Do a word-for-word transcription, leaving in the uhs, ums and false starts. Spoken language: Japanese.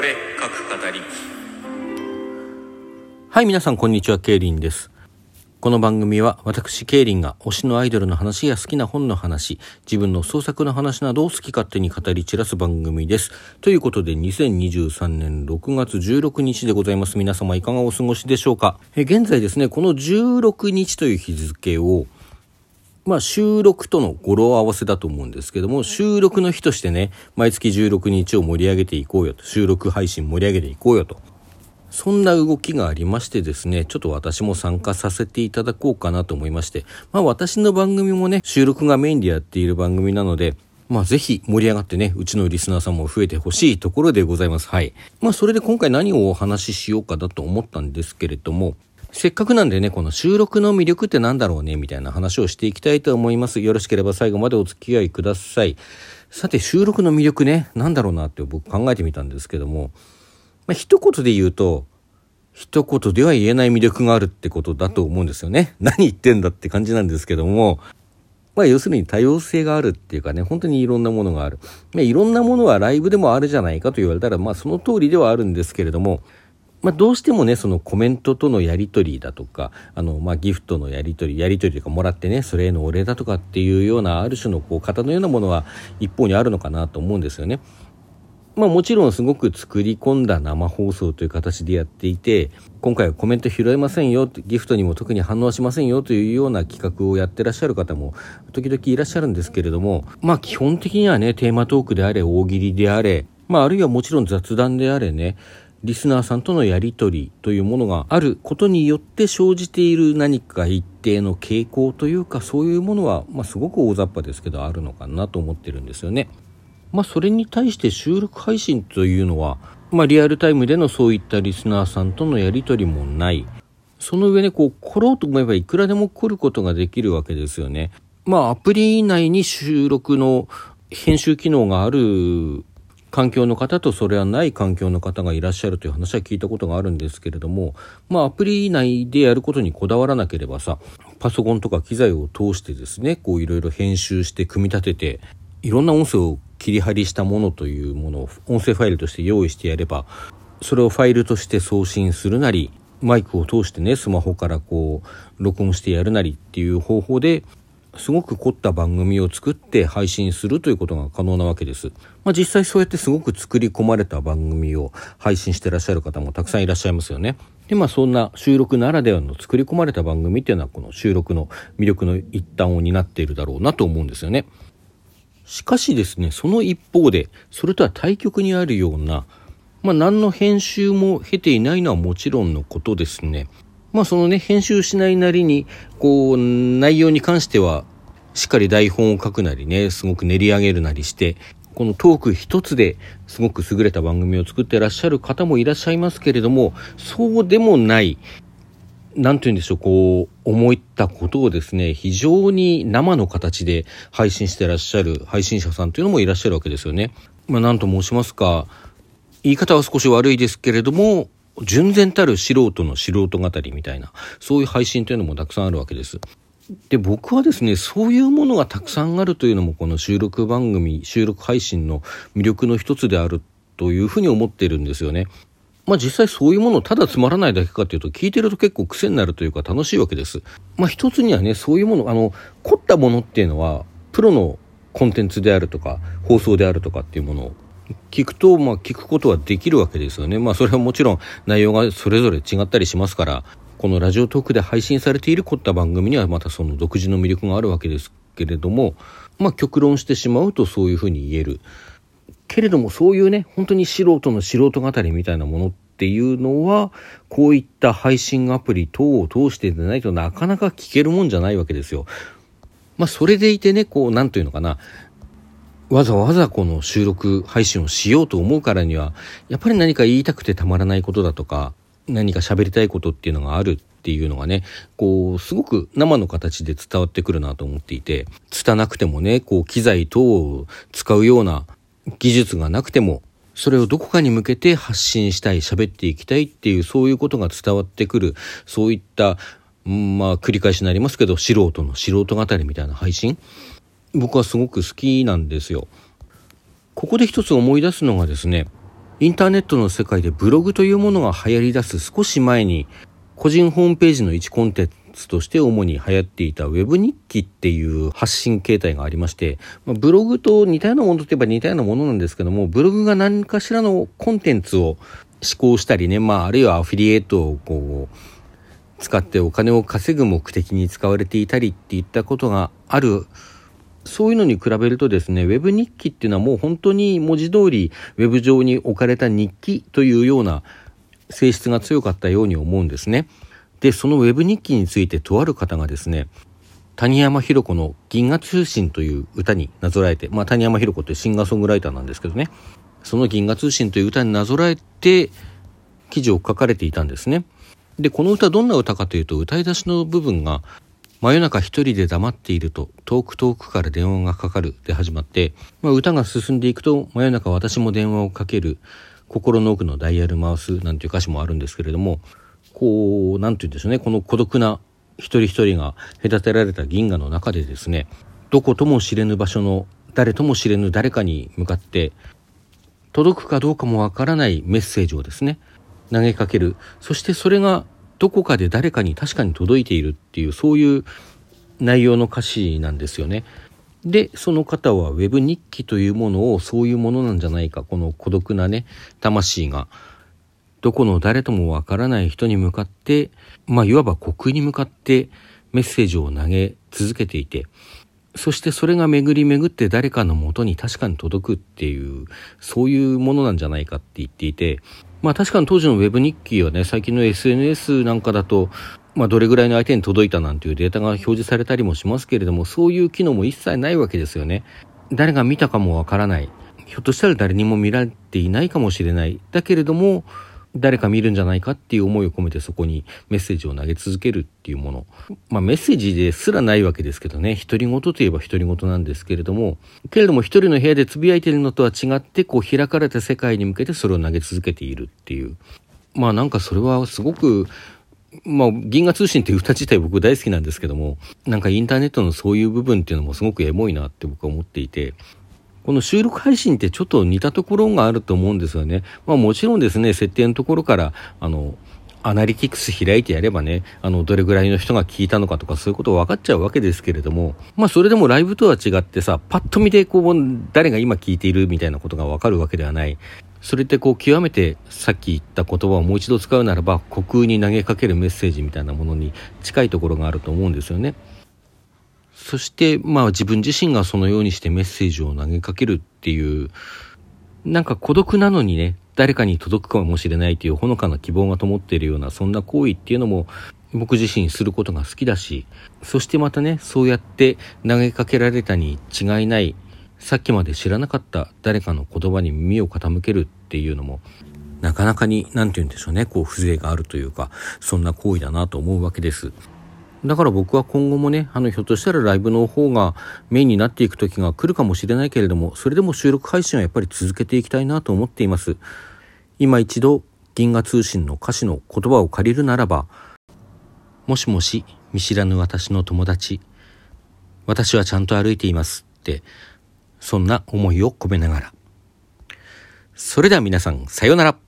れ各語り。 はい、皆さんこんにちは、ケイリンです。この番組は私ケイリンが推しのアイドルの話や好きな本の話、自分の創作の話などを好き勝手に語り散らす番組です。ということでにせんにじゅうさんねんろくがつじゅうろくにちでございます。皆様いかがお過ごしでしょうか。え現在ですね、このじゅうろくにちという日付をまあ収録との語呂合わせだと思うんですけども、収録の日としてね、毎月じゅうろくにちを盛り上げていこうよと、収録配信盛り上げていこうよと、そんな動きがありましてですね、ちょっと私も参加させていただこうかなと思いまして、まあ私の番組もね、収録がメインでやっている番組なので、まあぜひ盛り上がってね、うちのリスナーさんも増えてほしいところでございます。はい。まあそれで今回何をお話ししようかだと思ったんですけれども、せっかくなんでね、この収録の魅力ってなんだろうねみたいな話をしていきたいと思います。よろしければ最後までお付き合いください。さて、収録の魅力ね、なんだろうなって僕考えてみたんですけども、まあ、一言で言うと、一言では言えない魅力があるってことだと思うんですよね。何言ってんだって感じなんですけども、まあ要するに多様性があるっていうかね、本当にいろんなものがある。まあ、いろんなものはライブでもあるじゃないかと言われたら、まあその通りではあるんですけれども、まあ、どうしてもね、そのコメントとのやり取りだとか、あの、まあ、ギフトのやり取り、やり取りとかもらってね、それへのお礼だとかっていうような、ある種のこう、型のようなものは一方にあるのかなと思うんですよね。まあ、もちろんすごく作り込んだ生放送という形でやっていて、今回はコメント拾えませんよ、ギフトにも特に反応しませんよというような企画をやってらっしゃる方も時々いらっしゃるんですけれども、まあ、基本的にはね、テーマトークであれ、大喜利であれ、まあ、あるいはもちろん雑談であれね、リスナーさんとのやり取りというものがあることによって生じている何か一定の傾向というか、そういうものは、まあ、すごく大雑把ですけどあるのかなと思ってるんですよね。まあ、それに対して収録配信というのは、まあ、リアルタイムでのそういったリスナーさんとのやり取りもない。その上ね、こう来ろうと思えばいくらでも来ることができるわけですよね。まあアプリ内に収録の編集機能がある環境の方とそうではない環境の方がいらっしゃるという話は聞いたことがあるんですけれども、まあアプリ内でやることにこだわらなければさ、パソコンとか機材を通してですね、こういろいろ編集して組み立てて、いろんな音声を切り張りしたものというものを音声ファイルとして用意してやれば、それをファイルとして送信するなり、マイクを通してね、スマホからこう録音してやるなりっていう方法ですごく凝った番組を作って配信するということが可能なわけです。まあ、実際そうやってすごく作り込まれた番組を配信していらっしゃる方もたくさんいらっしゃいますよね。で、まあそんな収録ならではの作り込まれた番組っていうのはこの収録の魅力の一端を担っているだろうなと思うんですよね。しかしですね、その一方でそれとは対極にあるような、まあ何の編集も経ていないのはもちろんのことですね。まあそのね、編集しないなりにこう内容に関してはしっかり台本を書くなりね、すごく練り上げるなりして、このトーク一つですごく優れた番組を作っていらっしゃる方もいらっしゃいますけれども、そうでもない、なんていうんでしょう、こう思ったことをですね、非常に生の形で配信していらっしゃる配信者さんというのもいらっしゃるわけですよね。まあなんと申しますか、言い方は少し悪いですけれども、純然たる素人の素人語りみたいな、そういう配信というのもたくさんあるわけです。で、僕はですね、そういうものがたくさんあるというのもこの収録番組、収録配信の魅力の一つであるというふうに思っているんですよね。まあ実際そういうものをただつまらないだけかというと、聞いてると結構癖になるというか楽しいわけです。まあ一つにはね、そういうもの、あの凝ったものっていうのはプロのコンテンツであるとか放送であるとかっていうものを聞くと、まあ聞くことはできるわけですよね。まあそれはもちろん内容がそれぞれ違ったりしますから、このラジオトークで配信されている凝った番組にはまたその独自の魅力があるわけですけれども、まあ極論してしまうとそういうふうに言えるけれども、そういうね、本当に素人の素人語りみたいなものっていうのはこういった配信アプリ等を通してでないとなかなか聞けるもんじゃないわけですよ。まあそれでいてね、こうなんというのかな、わざわざこの収録配信をしようと思うからにはやっぱり何か言いたくてたまらないことだとか、何か喋りたいことっていうのがあるっていうのがね、こうすごく生の形で伝わってくるなと思っていて、拙くてもね、こう機材等を使うような技術がなくても、それをどこかに向けて発信したい、喋っていきたいっていう、そういうことが伝わってくる、そういったまあ繰り返しになりますけど、素人の素人語りみたいな配信、僕はすごく好きなんですよ。ここで一つ思い出すのがですね、 インターネットの世界でブログというものが流行り出す少し前に、個人ホームページの一コンテンツとして主に流行っていたウェブ日記っていう発信形態がありまして、まあ、ブログと似たようなものといえば似たようなものなんですけども、ブログが何かしらのコンテンツを施行したりね、まあ、あるいはアフィリエイトをこう使ってお金を稼ぐ目的に使われていたりっていったことがある。そういうのに比べるとですね、ウェブ日記っていうのはもう本当に文字通りウェブ上に置かれた日記というような性質が強かったように思うんですね。で、そのウェブ日記についてとある方がですね、谷山ひろ子の銀河通信という歌になぞらえて、まあ谷山ひろ子ってシンガーソングライターなんですけどね、その銀河通信という歌になぞらえて記事を書かれていたんですね。で、この歌どんな歌かというと、歌い出しの部分が真夜中一人で黙っていると遠く遠くから電話がかかるで始まって、まあ、歌が進んでいくと真夜中私も電話をかける、心の奥のダイヤル回すなんていう歌詞もあるんですけれども、こうなんていうんでしょうね、この孤独な一人一人が隔てられた銀河の中でですね、どことも知れぬ場所の誰とも知れぬ誰かに向かって届くかどうかもわからないメッセージをですね投げかける。そしてそれがどこかで誰かに確かに届いているっていう、そういう内容の歌詞なんですよね。で、その方はウェブ日記というものをそういうものなんじゃないか、この孤独なね魂がどこの誰ともわからない人に向かって、まあいわば虚空に向かってメッセージを投げ続けていて、そしてそれが巡り巡って誰かの元に確かに届くっていう、そういうものなんじゃないかって言っていて、まあ確かに当時のウェブ日記はね、最近の エスエヌエス なんかだと、まあどれぐらいの相手に届いたなんていうデータが表示されたりもしますけれども、そういう機能も一切ないわけですよね。誰が見たかもわからない。ひょっとしたら誰にも見られていないかもしれない。だけれども、誰か見るんじゃないかっていう思いを込めてそこにメッセージを投げ続けるっていうもの。まあメッセージですらないわけですけどね、独り言といえば独り言なんですけれども、けれども一人の部屋でつぶやいているのとは違って、こう開かれた世界に向けてそれを投げ続けているっていう。まあなんかそれはすごく、まあ銀河通信っていう歌自体僕大好きなんですけども、なんかインターネットのそういう部分っていうのもすごくエモいなって僕は思っていて、この収録配信ってちょっと似たところがあると思うんですよね。まあもちろんですね、設定のところから、あの、アナリティクス開いてやればね、あの、どれぐらいの人が聞いたのかとかそういうこと分かっちゃうわけですけれども、まあそれでもライブとは違ってさ、パッと見でこう、誰が今聞いているみたいなことが分かるわけではない。それってこう、極めてさっき言った言葉をもう一度使うならば、虚空に投げかけるメッセージみたいなものに近いところがあると思うんですよね。そしてまあ自分自身がそのようにしてメッセージを投げかけるっていう、なんか孤独なのにね、誰かに届くかもしれないというほのかな希望が灯っているような、そんな行為っていうのも僕自身することが好きだし、そしてまたね、そうやって投げかけられたに違いない、さっきまで知らなかった誰かの言葉に耳を傾けるっていうのも、なかなかに何て言うんでしょうね、こう風情があるというか、そんな行為だなと思うわけです。だから僕は今後もね、あのひょっとしたらライブの方がメインになっていく時が来るかもしれないけれども、それでも収録配信はやっぱり続けていきたいなと思っています。今一度銀河通信の歌詞の言葉を借りるならば、もしもし見知らぬ私の友達、私はちゃんと歩いていますって、そんな思いを込めながら。それでは皆さん、さようなら。